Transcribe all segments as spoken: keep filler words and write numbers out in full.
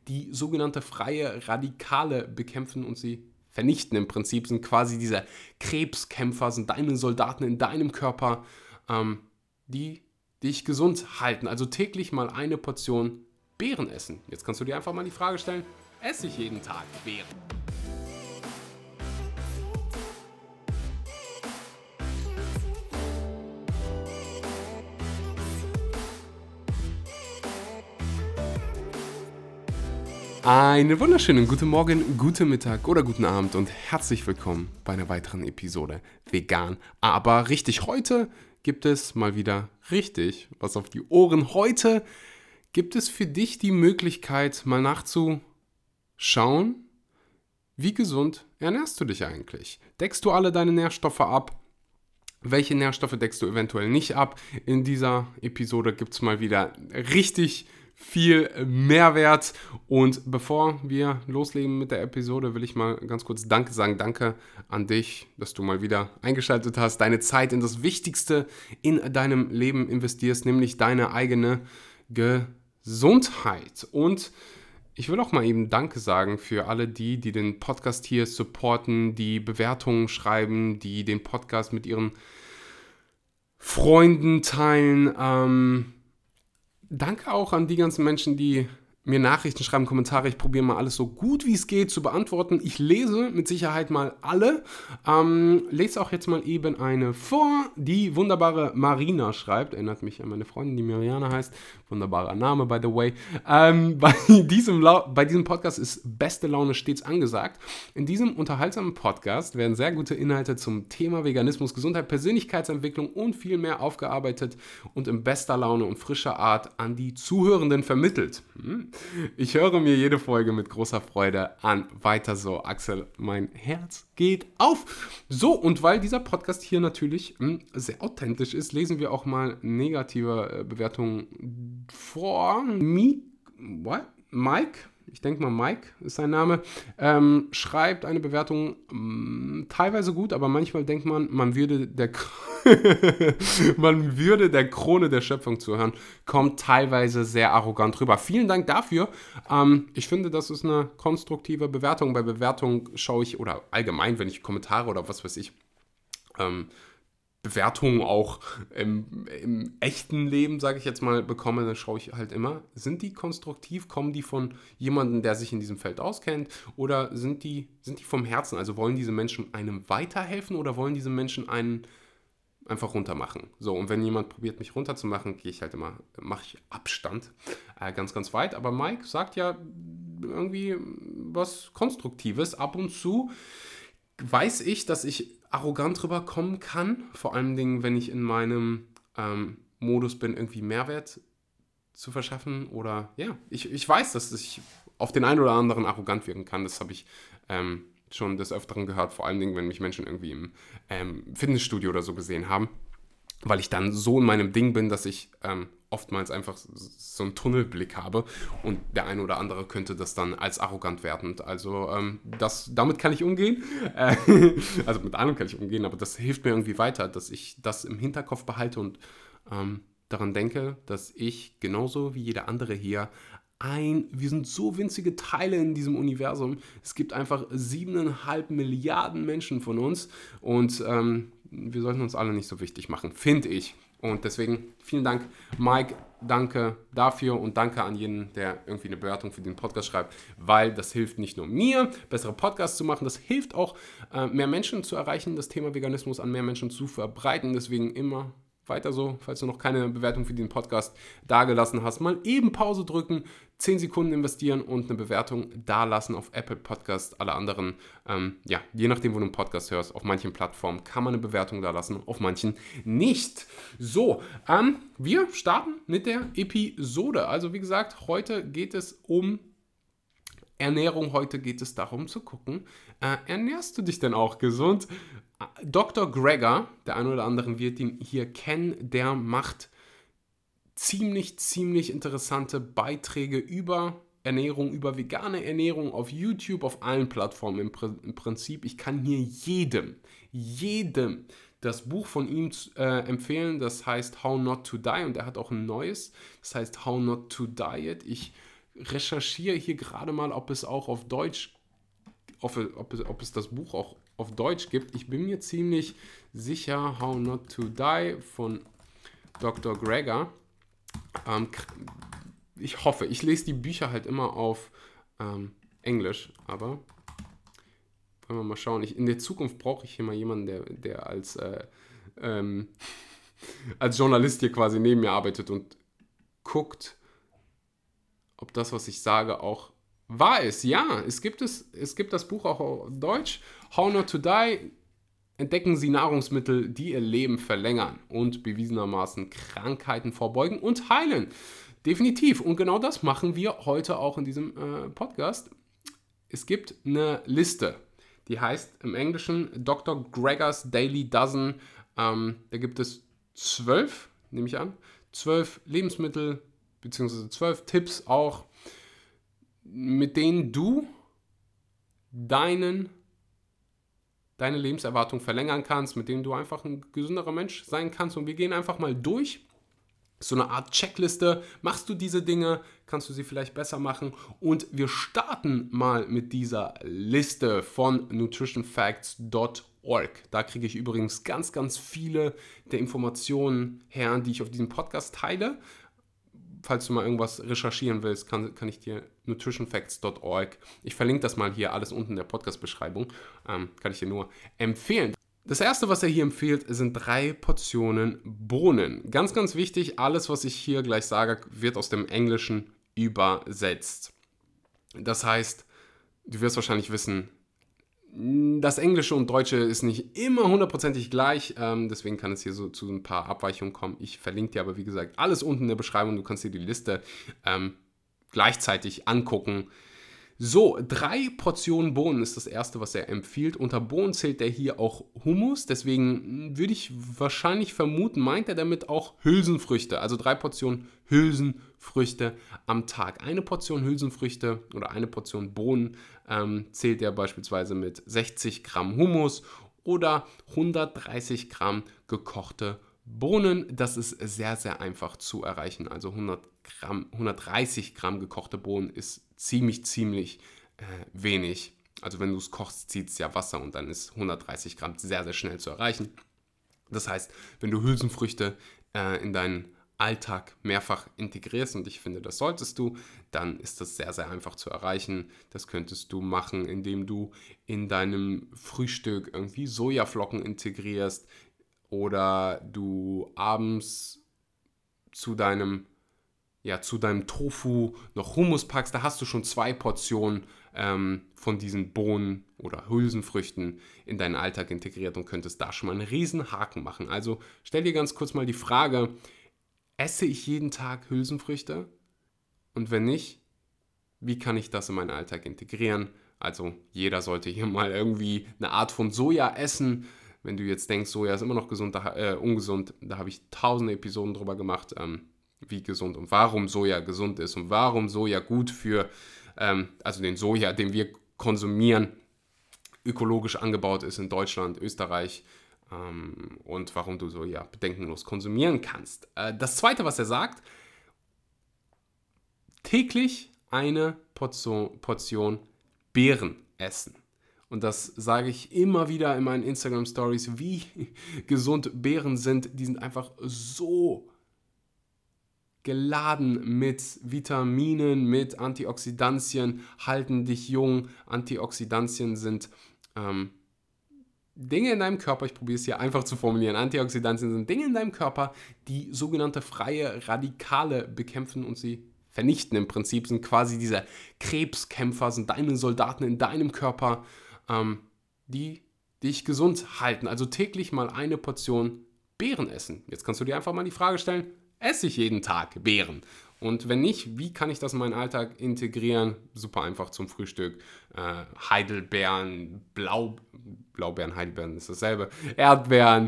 die sogenannte freie Radikale bekämpfen und sie vernichten. Im Prinzip sind quasi diese Krebskämpfer, sind deine Soldaten in deinem Körper, ähm, die dich gesund halten. Also täglich mal eine Portion Beeren essen. Jetzt kannst du dir einfach mal die Frage stellen, esse ich jeden Tag Beeren? Einen wunderschönen guten Morgen, guten Mittag oder guten Abend und herzlich willkommen bei einer weiteren Episode Vegan, aber richtig. Heute gibt es mal wieder richtig was auf die Ohren. Heute gibt es für dich die Möglichkeit, mal nachzuschauen, wie gesund ernährst du dich eigentlich? Deckst du alle deine Nährstoffe ab? Welche Nährstoffe deckst du eventuell nicht ab? In dieser Episode gibt es mal wieder richtig viel Mehrwert. Und bevor wir loslegen mit der Episode, will ich mal ganz kurz Danke sagen. Danke an dich, dass du mal wieder eingeschaltet hast, deine Zeit in das Wichtigste in deinem Leben investierst, nämlich deine eigene Gesundheit. Und ich will auch mal eben Danke sagen für alle die, die den Podcast hier supporten, die Bewertungen schreiben, die den Podcast mit ihren Freunden teilen. Ähm, danke auch an die ganzen Menschen, die mir Nachrichten schreiben, Kommentare. Ich probiere mal alles so gut wie es geht zu beantworten. Ich lese mit Sicherheit mal alle. Ähm, lese auch jetzt mal eben eine vor. Die wunderbare Marina schreibt, erinnert mich an meine Freundin, die Mariana heißt. Wunderbarer Name, by the way. Ähm, bei, diesem La- bei diesem Podcast ist beste Laune stets angesagt. In diesem unterhaltsamen Podcast werden sehr gute Inhalte zum Thema Veganismus, Gesundheit, Persönlichkeitsentwicklung und viel mehr aufgearbeitet und in bester Laune und frischer Art an die Zuhörenden vermittelt. Hm. Ich höre mir jede Folge mit großer Freude an. Weiter so, Axel, mein Herz geht auf. So, und weil dieser Podcast hier natürlich mh, sehr authentisch ist, lesen wir auch mal negative äh, Bewertungen vor. Mi- What? Mike, ich denke mal Mike ist sein Name, ähm, schreibt eine Bewertung, mh, teilweise gut, aber manchmal denkt man, man würde der man würde der Krone der Schöpfung zuhören, kommt teilweise sehr arrogant rüber. Vielen Dank dafür. Ähm, ich finde, das ist eine konstruktive Bewertung. Bei Bewertungen schaue ich, oder allgemein, wenn ich Kommentare oder was weiß ich, ähm, Bewertungen auch im, im echten Leben, sage ich jetzt mal, bekomme, dann schaue ich halt immer, sind die konstruktiv, kommen die von jemandem, der sich in diesem Feld auskennt, oder sind die, sind die vom Herzen, also wollen diese Menschen einem weiterhelfen oder wollen diese Menschen einen einfach runtermachen. So, und wenn jemand probiert, mich runterzumachen, gehe ich halt immer, mache ich Abstand äh, ganz, ganz weit. Aber Mike sagt ja irgendwie was Konstruktives. Ab und zu weiß ich, dass ich arrogant rüberkommen kann. Vor allen Dingen, wenn ich in meinem ähm, Modus bin, irgendwie Mehrwert zu verschaffen. Oder ja, ich, ich weiß, dass ich auf den einen oder anderen arrogant wirken kann. Das habe ich ähm, schon des Öfteren gehört. Vor allen Dingen, wenn mich Menschen irgendwie im ähm, Fitnessstudio oder so gesehen haben. Weil ich dann so in meinem Ding bin, dass ich ähm, oftmals einfach so einen Tunnelblick habe und der eine oder andere könnte das dann als arrogant wertend. Also ähm, das, damit kann ich umgehen. Äh, also mit allem kann ich umgehen, aber das hilft mir irgendwie weiter, dass ich das im Hinterkopf behalte und ähm, daran denke, dass ich genauso wie jeder andere hier ein, wir sind so winzige Teile in diesem Universum. Es gibt einfach siebeneinhalb Milliarden Menschen von uns und ähm, wir sollten uns alle nicht so wichtig machen, finde ich. Und deswegen vielen Dank, Mike, danke dafür und danke an jeden, der irgendwie eine Bewertung für den Podcast schreibt, weil das hilft nicht nur mir, bessere Podcasts zu machen, das hilft auch, äh, mehr Menschen zu erreichen, das Thema Veganismus an mehr Menschen zu verbreiten. Deswegen immer weiter so, falls du noch keine Bewertung für den Podcast dagelassen hast, mal eben Pause drücken, zehn Sekunden investieren und eine Bewertung dalassen auf Apple Podcast, alle anderen, ähm, ja, je nachdem, wo du einen Podcast hörst, auf manchen Plattformen kann man eine Bewertung dalassen, auf manchen nicht. So, ähm, wir starten mit der Episode. Also wie gesagt, heute geht es um Ernährung, heute geht es darum zu gucken, äh, ernährst du dich denn auch gesund? Doktor Greger, der eine oder andere wird ihn hier kennen, der macht ziemlich, ziemlich interessante Beiträge über Ernährung, über vegane Ernährung auf YouTube, auf allen Plattformen im, Pr- im Prinzip. Ich kann hier jedem, jedem das Buch von ihm äh, empfehlen, das heißt How Not to Die und er hat auch ein neues, das heißt How Not to Diet. Ich recherchiere hier gerade mal, ob es auch auf Deutsch, ob, ob, es, ob es das Buch auch auf Deutsch gibt. Ich bin mir ziemlich sicher, How Not to Die von Doktor Greger. Ähm, ich hoffe, ich lese die Bücher halt immer auf ähm, Englisch, aber wollen wir mal schauen. Ich, in der Zukunft brauche ich hier mal jemanden, der, der als, äh, ähm, als Journalist hier quasi neben mir arbeitet und guckt, ob das, was ich sage, auch wahr ist. Ja, es gibt, es, es gibt das Buch auch auf Deutsch. How Not to Die. Entdecken Sie Nahrungsmittel, die Ihr Leben verlängern und bewiesenermaßen Krankheiten vorbeugen und heilen. Definitiv. Und genau das machen wir heute auch in diesem äh, Podcast. Es gibt eine Liste, die heißt im Englischen Doktor Gregor's Daily Dozen. Ähm, da gibt es zwölf, nehme ich an, zwölf Lebensmittel bzw. zwölf Tipps auch, mit denen du deinen deine Lebenserwartung verlängern kannst, mit denen du einfach ein gesünderer Mensch sein kannst. Und wir gehen einfach mal durch. So eine Art Checkliste. Machst du diese Dinge, kannst du sie vielleicht besser machen. Und wir starten mal mit dieser Liste von nutrition facts dot org. Da kriege ich übrigens ganz, ganz viele der Informationen her, die ich auf diesem Podcast teile. Falls du mal irgendwas recherchieren willst, kann, kann ich dir nutrition facts dot org, ich verlinke das mal hier alles unten in der Podcast-Beschreibung, ähm, kann ich dir nur empfehlen. Das erste, was er hier empfiehlt, sind drei Portionen Bohnen. Ganz, ganz wichtig, alles, was ich hier gleich sage, wird aus dem Englischen übersetzt. Das heißt, du wirst wahrscheinlich wissen, das Englische und Deutsche ist nicht immer hundertprozentig gleich, ähm, deswegen kann es hier so zu ein paar Abweichungen kommen. Ich verlinke dir aber, wie gesagt, alles unten in der Beschreibung. Du kannst dir die Liste ähm, gleichzeitig angucken. So, drei Portionen Bohnen ist das erste, was er empfiehlt. Unter Bohnen zählt er hier auch Hummus, deswegen würde ich wahrscheinlich vermuten, meint er damit auch Hülsenfrüchte. Also drei Portionen Hülsenfrüchte am Tag. Eine Portion Hülsenfrüchte oder eine Portion Bohnen ähm, zählt er beispielsweise mit sechzig Gramm Hummus oder hundertdreißig Gramm gekochte Bohnen. Das ist sehr, sehr einfach zu erreichen. Also hundert Gramm, hundertdreißig Gramm gekochte Bohnen ist ziemlich, ziemlich äh, wenig. Also wenn du es kochst, zieht es ja Wasser und dann ist hundertdreißig Gramm sehr, sehr schnell zu erreichen. Das heißt, wenn du Hülsenfrüchte äh, in deinen Alltag mehrfach integrierst, und ich finde, das solltest du, dann ist das sehr, sehr einfach zu erreichen. Das könntest du machen, indem du in deinem Frühstück irgendwie Sojaflocken integrierst oder du abends zu deinem ja, zu deinem Tofu noch Hummus packst, da hast du schon zwei Portionen ähm, von diesen Bohnen oder Hülsenfrüchten in deinen Alltag integriert und könntest da schon mal einen riesen Haken machen. Also stell dir ganz kurz mal die Frage, esse ich jeden Tag Hülsenfrüchte? Und wenn nicht, wie kann ich das in meinen Alltag integrieren? Also jeder sollte hier mal irgendwie eine Art von Soja essen. Wenn du jetzt denkst, Soja ist immer noch gesund, da, äh, ungesund, da habe ich tausende Episoden drüber gemacht, ähm, wie gesund und warum Soja gesund ist und warum Soja gut für, ähm, also den Soja, den wir konsumieren, ökologisch angebaut ist in Deutschland, Österreich ähm, und warum du Soja bedenkenlos konsumieren kannst. Äh, das Zweite, was er sagt, täglich eine Portion, Portion Beeren essen. Und das sage ich immer wieder in meinen Instagram-Stories, wie gesund Beeren sind. Die sind einfach so geladen mit Vitaminen, mit Antioxidantien, halten dich jung. Antioxidantien sind ähm, Dinge in deinem Körper, ich probiere es hier einfach zu formulieren, Antioxidantien sind Dinge in deinem Körper, die sogenannte freie Radikale bekämpfen und sie vernichten. Im Prinzip sind quasi diese Krebskämpfer, sind deine Soldaten in deinem Körper, ähm, die dich gesund halten. Also täglich mal eine Portion Beeren essen. Jetzt kannst du dir einfach mal die Frage stellen, esse ich jeden Tag Beeren? Und wenn nicht, wie kann ich das in meinen Alltag integrieren? Super einfach zum Frühstück. Äh, Heidelbeeren, Blau, Blaubeeren, Heidelbeeren ist dasselbe. Erdbeeren.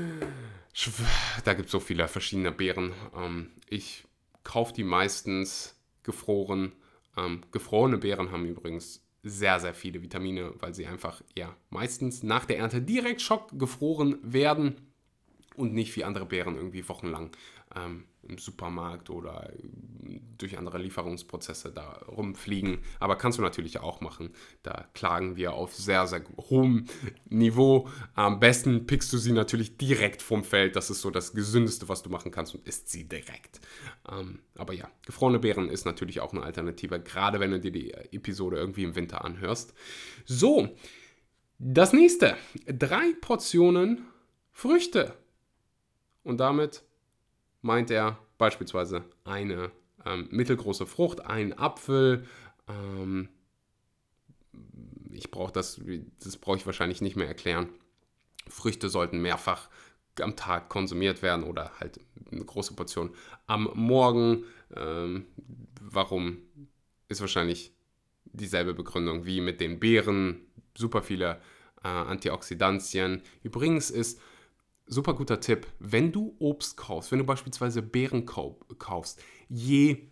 Da gibt es so viele verschiedene Beeren. Ähm, ich kaufe die meistens gefroren. Ähm, gefrorene Beeren haben übrigens sehr, sehr viele Vitamine, weil sie einfach ja meistens nach der Ernte direkt schockgefroren werden. und nicht wie andere Beeren irgendwie wochenlang ähm, im Supermarkt oder durch andere Lieferungsprozesse da rumfliegen. Aber kannst du natürlich auch machen. Da klagen wir auf sehr, sehr hohem Niveau. Am besten pickst du sie natürlich direkt vom Feld. Das ist so das Gesündeste, was du machen kannst und isst sie direkt. Ähm, aber ja, gefrorene Beeren ist natürlich auch eine Alternative, gerade wenn du dir die Episode irgendwie im Winter anhörst. So, das nächste. Drei Portionen Früchte. Und damit meint er beispielsweise eine ähm, mittelgroße Frucht, einen Apfel. Ähm, ich brauche das, das brauche ich wahrscheinlich nicht mehr erklären. Früchte sollten mehrfach am Tag konsumiert werden oder halt eine große Portion am Morgen. Ähm, warum ist wahrscheinlich dieselbe Begründung wie mit den Beeren. Super viele äh, Antioxidantien. Übrigens ist super guter Tipp, wenn du Obst kaufst, wenn du beispielsweise Beeren kaufst, je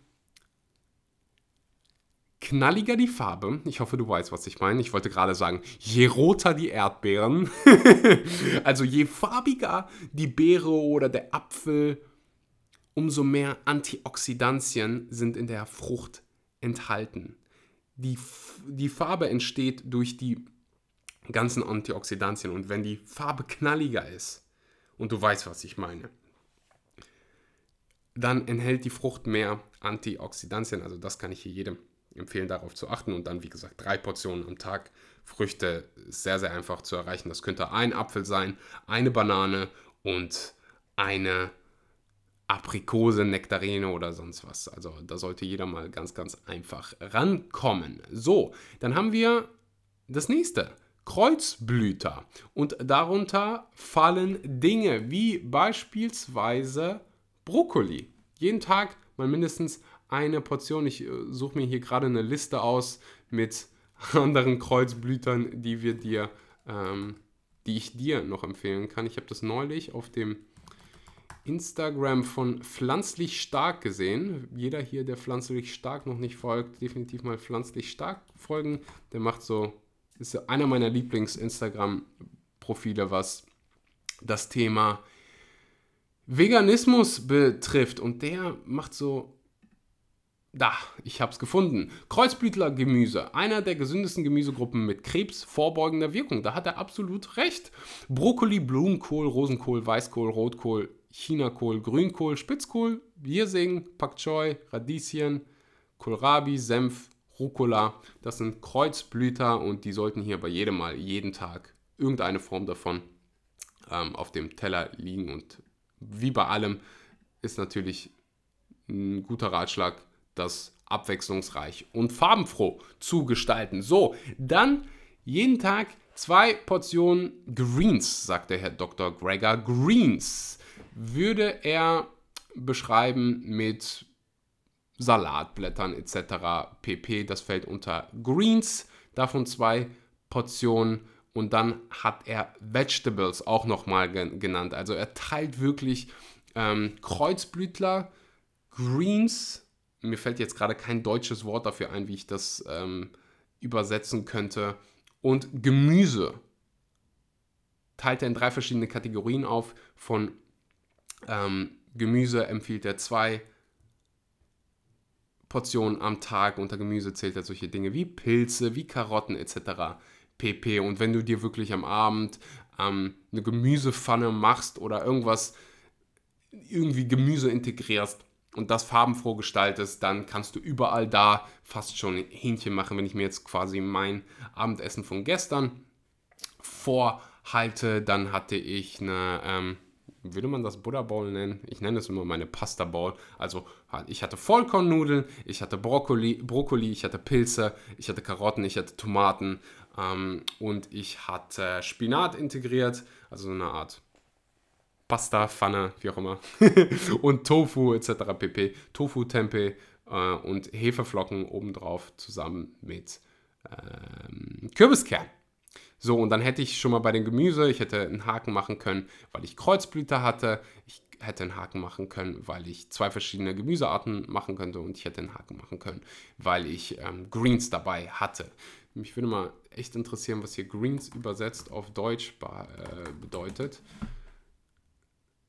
knalliger die Farbe, ich hoffe, du weißt, was ich meine, ich wollte gerade sagen, je roter die Erdbeeren, also je farbiger die Beere oder der Apfel, umso mehr Antioxidantien sind in der Frucht enthalten. Die, die Farbe entsteht durch die ganzen Antioxidantien und wenn die Farbe knalliger ist, und du weißt, was ich meine, dann enthält die Frucht mehr Antioxidantien. Also das kann ich hier jedem empfehlen, darauf zu achten. Und dann, wie gesagt, drei Portionen am Tag. Früchte ist sehr, sehr einfach zu erreichen. Das könnte ein Apfel sein, eine Banane und eine Aprikose, Nektarine oder sonst was. Also da sollte jeder mal ganz, ganz einfach rankommen. So, dann haben wir das nächste. Kreuzblüter. Und darunter fallen Dinge wie beispielsweise Brokkoli. Jeden Tag mal mindestens eine Portion. Ich suche mir hier gerade eine Liste aus mit anderen Kreuzblütern, die wir dir, ähm, die ich dir noch empfehlen kann. Ich habe das neulich auf dem Instagram von Pflanzlich Stark gesehen. Jeder hier, der Pflanzlich Stark noch nicht folgt, definitiv mal Pflanzlich Stark folgen. Der macht so, ist ja einer meiner Lieblings-Instagram-Profile, was das Thema Veganismus betrifft. Und der macht so, da, ich hab's gefunden. Kreuzblütlergemüse, einer der gesündesten Gemüsegruppen mit krebsvorbeugender Wirkung. Da hat er absolut recht. Brokkoli, Blumenkohl, Rosenkohl, Weißkohl, Rotkohl, Chinakohl, Grünkohl, Spitzkohl, Wirsing, Pak Choi, Radieschen, Kohlrabi, Senf, Rucola. Das sind Kreuzblüter und die sollten hier bei jedem Mal, jeden Tag irgendeine Form davon ähm, auf dem Teller liegen. Und wie bei allem ist natürlich ein guter Ratschlag, das abwechslungsreich und farbenfroh zu gestalten. So, dann jeden Tag zwei Portionen Greens, sagt der Herr Doktor Greger. Greens würde er beschreiben mit Salatblättern et cetera pp. Das fällt unter Greens, davon zwei Portionen. Und dann hat er Vegetables auch nochmal genannt. Also er teilt wirklich ähm, Kreuzblütler, Greens, mir fällt jetzt gerade kein deutsches Wort dafür ein, wie ich das ähm, übersetzen könnte, und Gemüse teilt er in drei verschiedene Kategorien auf. Von ähm, Gemüse empfiehlt er zwei Portionen am Tag. Unter Gemüse zählt er solche Dinge wie Pilze, wie Karotten et cetera pp. Und wenn du dir wirklich am Abend ähm, eine Gemüsepfanne machst oder irgendwas, irgendwie Gemüse integrierst und das farbenfroh gestaltest, dann kannst du überall da fast schon Hähnchen machen. Wenn ich mir jetzt quasi mein Abendessen von gestern vorhalte, dann hatte ich eine, ähm, würde man das Buddha Bowl nennen? Ich nenne es immer meine Pasta Bowl. Also ich hatte Vollkornnudeln, ich hatte Brokkoli, Brokkoli, ich hatte Pilze, ich hatte Karotten, ich hatte Tomaten ähm, und ich hatte Spinat integriert, also so eine Art Pasta, Pfanne, wie auch immer. Und Tofu et cetera pp. Tofu, Tempeh äh, und Hefeflocken obendrauf zusammen mit ähm, Kürbiskern. So, und dann hätte ich schon mal bei den Gemüse, ich hätte einen Haken machen können, weil ich Kreuzblüter hatte. Ich hätte einen Haken machen können, weil ich zwei verschiedene Gemüsearten machen könnte. Und ich hätte einen Haken machen können, weil ich ähm, Greens dabei hatte. Mich würde mal echt interessieren, was hier Greens übersetzt auf Deutsch be- äh, bedeutet.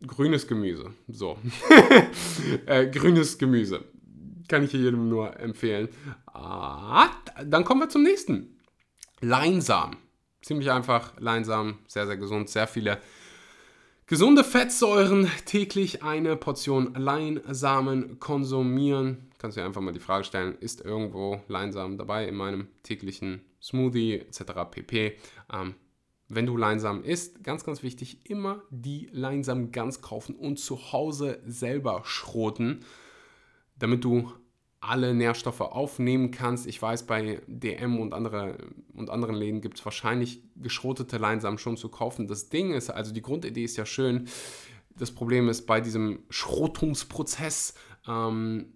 grünes Gemüse. So. äh, grünes Gemüse. Kann ich jedem nur empfehlen. Ah, dann kommen wir zum nächsten. Leinsamen. Ziemlich einfach. Leinsamen, sehr, sehr gesund. Sehr viele gesunde Fettsäuren. Täglich eine Portion Leinsamen konsumieren. Kannst du dir einfach mal die Frage stellen, ist irgendwo Leinsamen dabei in meinem täglichen Smoothie et cetera pp. Ähm, wenn du Leinsamen isst, ganz, ganz wichtig, immer die Leinsamen ganz kaufen und zu Hause selber schroten, damit du alle Nährstoffe aufnehmen kannst. Ich weiß, bei D M und, andere, und anderen Läden gibt es wahrscheinlich geschrotete Leinsamen schon zu kaufen. Das Ding ist, also die Grundidee ist ja schön. Das Problem ist, bei diesem Schrotungsprozess ähm,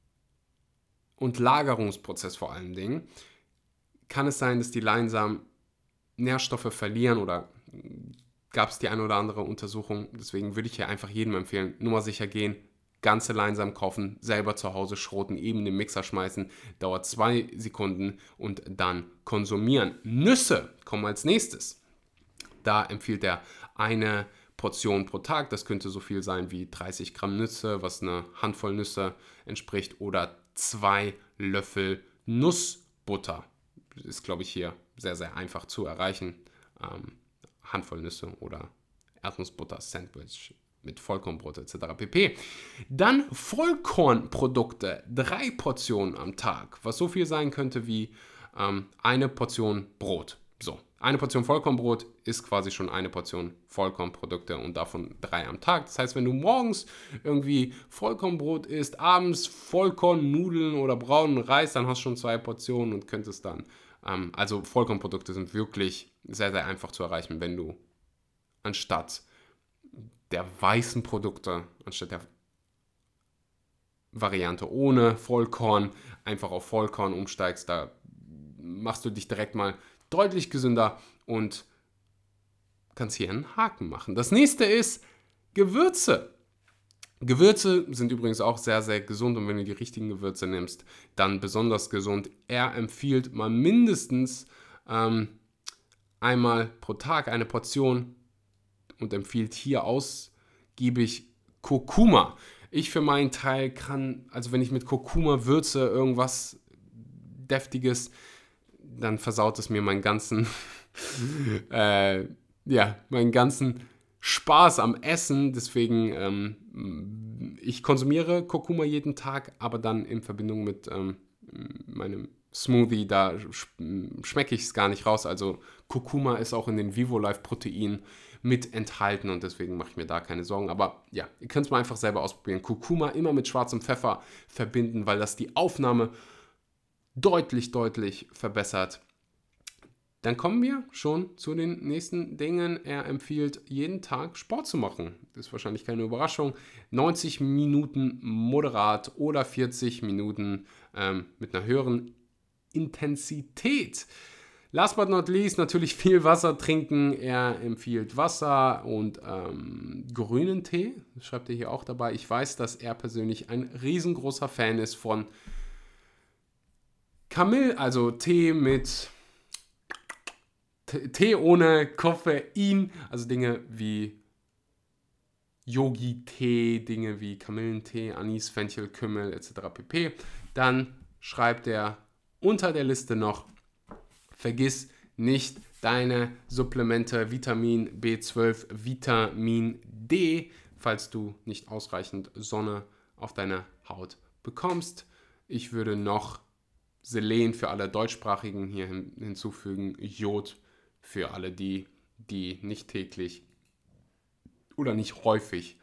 und Lagerungsprozess vor allen Dingen, kann es sein, dass die Leinsamen Nährstoffe verlieren oder gab es die eine oder andere Untersuchung. Deswegen würde ich hier einfach jedem empfehlen, nur mal sicher gehen, ganze Leinsamen kaufen, selber zu Hause schroten, eben in den Mixer schmeißen, dauert zwei Sekunden und dann konsumieren. Nüsse kommen als nächstes. Da empfiehlt er eine Portion pro Tag, das könnte so viel sein wie dreißig Gramm Nüsse, was eine Handvoll Nüsse entspricht, oder zwei Löffel Nussbutter. Das ist, glaube ich, hier sehr, sehr einfach zu erreichen. Ähm, Handvoll Nüsse oder Erdnussbutter, Sandwich mit Vollkornbrot et cetera pp. Dann Vollkornprodukte, drei Portionen am Tag, was so viel sein könnte wie ähm, eine Portion Brot. So, eine Portion Vollkornbrot ist quasi schon eine Portion Vollkornprodukte und davon drei am Tag. Das heißt, wenn du morgens irgendwie Vollkornbrot isst, abends Vollkornnudeln oder braunen Reis, dann hast du schon zwei Portionen und könntest dann, ähm, also Vollkornprodukte sind wirklich sehr, sehr einfach zu erreichen, wenn du anstatt der weißen Produkte, anstatt der Variante ohne Vollkorn, einfach auf Vollkorn umsteigst, da machst du dich direkt mal deutlich gesünder und kannst hier einen Haken machen. Das nächste ist Gewürze. Gewürze sind übrigens auch sehr, sehr gesund und wenn du die richtigen Gewürze nimmst, dann besonders gesund. Er empfiehlt mal mindestens ähm, einmal pro Tag eine Portion und empfiehlt hier ausgiebig Kurkuma. Ich für meinen Teil kann, also wenn ich mit Kurkuma würze irgendwas Deftiges, dann versaut es mir meinen ganzen, äh, ja, meinen ganzen Spaß am Essen. Deswegen, ähm, ich konsumiere Kurkuma jeden Tag, aber dann in Verbindung mit ähm, meinem Smoothie, da schmecke ich es gar nicht raus. Also Kurkuma ist auch in den VivoLife-Proteinen mit enthalten und deswegen mache ich mir da keine Sorgen. Aber ja, ihr könnt es mal einfach selber ausprobieren. Kurkuma immer mit schwarzem Pfeffer verbinden, weil das die Aufnahme deutlich, deutlich verbessert. Dann kommen wir schon zu den nächsten Dingen. Er empfiehlt, jeden Tag Sport zu machen. Das ist wahrscheinlich keine Überraschung. neunzig Minuten moderat oder vierzig Minuten ähm, mit einer höheren Intensität. Last but not least natürlich viel Wasser trinken. Er empfiehlt Wasser und ähm, grünen Tee. Das schreibt er hier auch dabei. Ich weiß, dass er persönlich ein riesengroßer Fan ist von Kamille, also Tee mit Tee ohne Koffein, also Dinge wie Yogi-Tee, Dinge wie Kamillentee, Anis, Fenchel, Kümmel et cetera pp. Dann schreibt er unter der Liste noch, vergiss nicht deine Supplemente Vitamin B zwölf, Vitamin D, falls du nicht ausreichend Sonne auf deine Haut bekommst. Ich würde noch Selen für alle Deutschsprachigen hier hin, hinzufügen, Jod für alle die, die nicht täglich oder nicht häufig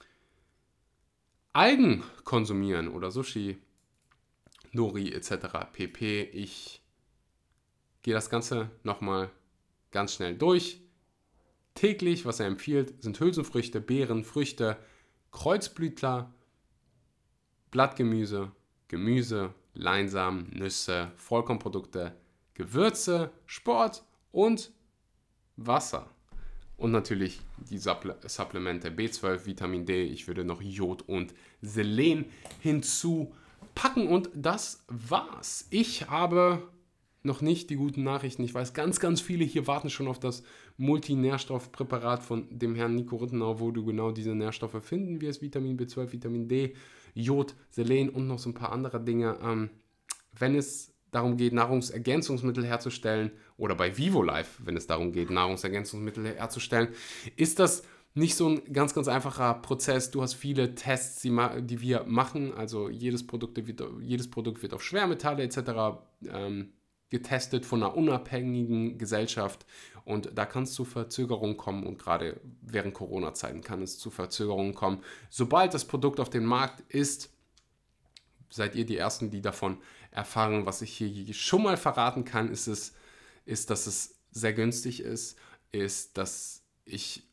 Algen konsumieren oder Sushi, Nori et cetera pp. Ich gehe das Ganze nochmal ganz schnell durch. Täglich, was er empfiehlt, sind Hülsenfrüchte, Beeren, Früchte, Kreuzblütler, Blattgemüse, Gemüse, Leinsamen, Nüsse, Vollkornprodukte, Gewürze, Sport und Wasser. Und natürlich die Supple- Supplemente B zwölf, Vitamin D. Ich würde noch Jod und Selen hinzupacken. Und das war's. Ich habe noch nicht die guten Nachrichten. Ich weiß, ganz, ganz viele hier warten schon auf das Multinährstoffpräparat von dem Herrn Nico Rittenau, wo du genau diese Nährstoffe finden wirst. Vitamin B zwölf, Vitamin D, Jod, Selen und noch so ein paar andere Dinge. Ähm, wenn es darum geht, Nahrungsergänzungsmittel herzustellen, oder bei VivoLife, wenn es darum geht, Nahrungsergänzungsmittel herzustellen, ist das nicht so ein ganz, ganz einfacher Prozess. Du hast viele Tests, die, die wir machen. Also jedes Produkt wird, jedes Produkt wird auf Schwermetalle et cetera ähm, getestet von einer unabhängigen Gesellschaft. Und da kann es zu Verzögerungen kommen. Und gerade während Corona-Zeiten kann es zu Verzögerungen kommen. Sobald das Produkt auf dem Markt ist, seid ihr die Ersten, die davon erfahren. Was ich hier schon mal verraten kann, ist, es, ist dass es sehr günstig ist, ist, dass ich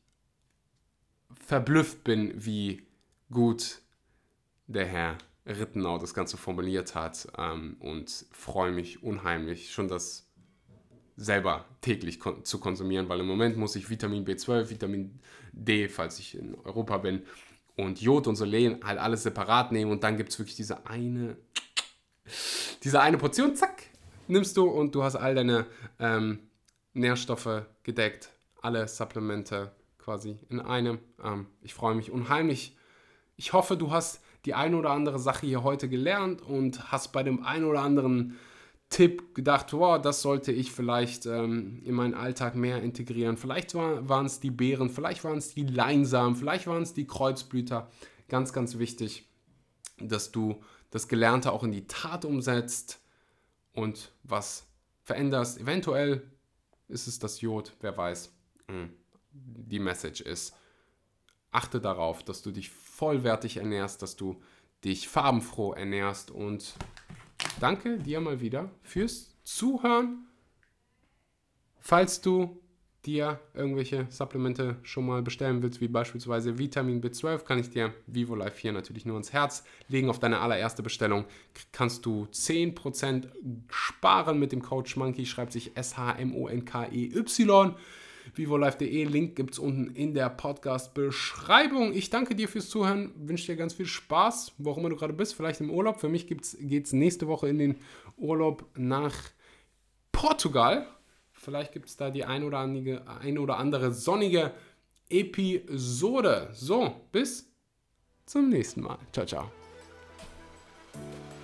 verblüfft bin, wie gut der Herr Rittenau das Ganze formuliert hat ähm, und freue mich unheimlich, schon das selber täglich kon- zu konsumieren, weil im Moment muss ich Vitamin B zwölf, Vitamin D, falls ich in Europa bin, und Jod und Selen halt alles separat nehmen und dann gibt es wirklich diese eine, diese eine Portion, zack, nimmst du und du hast all deine ähm, Nährstoffe gedeckt, alle Supplemente quasi in einem. Ähm, ich freue mich unheimlich. Ich hoffe, du hast die eine oder andere Sache hier heute gelernt und hast bei dem einen oder anderen Tipp gedacht, wow, das sollte ich vielleicht ähm, in meinen Alltag mehr integrieren. Vielleicht war, waren es die Beeren, vielleicht waren es die Leinsamen, vielleicht waren es die Kreuzblüter. Ganz, ganz wichtig, dass du das Gelernte auch in die Tat umsetzt und was veränderst. Eventuell ist es das Jod, wer weiß. Die Message ist, achte darauf, dass du dich vollwertig ernährst, dass du dich farbenfroh ernährst und danke dir mal wieder fürs Zuhören. Falls du dir irgendwelche Supplemente schon mal bestellen willst, wie beispielsweise Vitamin B zwölf, kann ich dir VivoLife hier natürlich nur ans Herz legen. Auf deine allererste Bestellung kannst du zehn Prozent sparen mit dem Code SCHMONKEY, schreibt sich S H M O N K E Y. VivoLife punkt de, Link gibt es unten in der Podcast-Beschreibung. Ich danke dir fürs Zuhören, wünsche dir ganz viel Spaß, wo auch immer du gerade bist, vielleicht im Urlaub. Für mich geht es nächste Woche in den Urlaub nach Portugal. Vielleicht gibt es da die ein oder, andere, ein oder andere sonnige Episode. So, bis zum nächsten Mal. Ciao, ciao.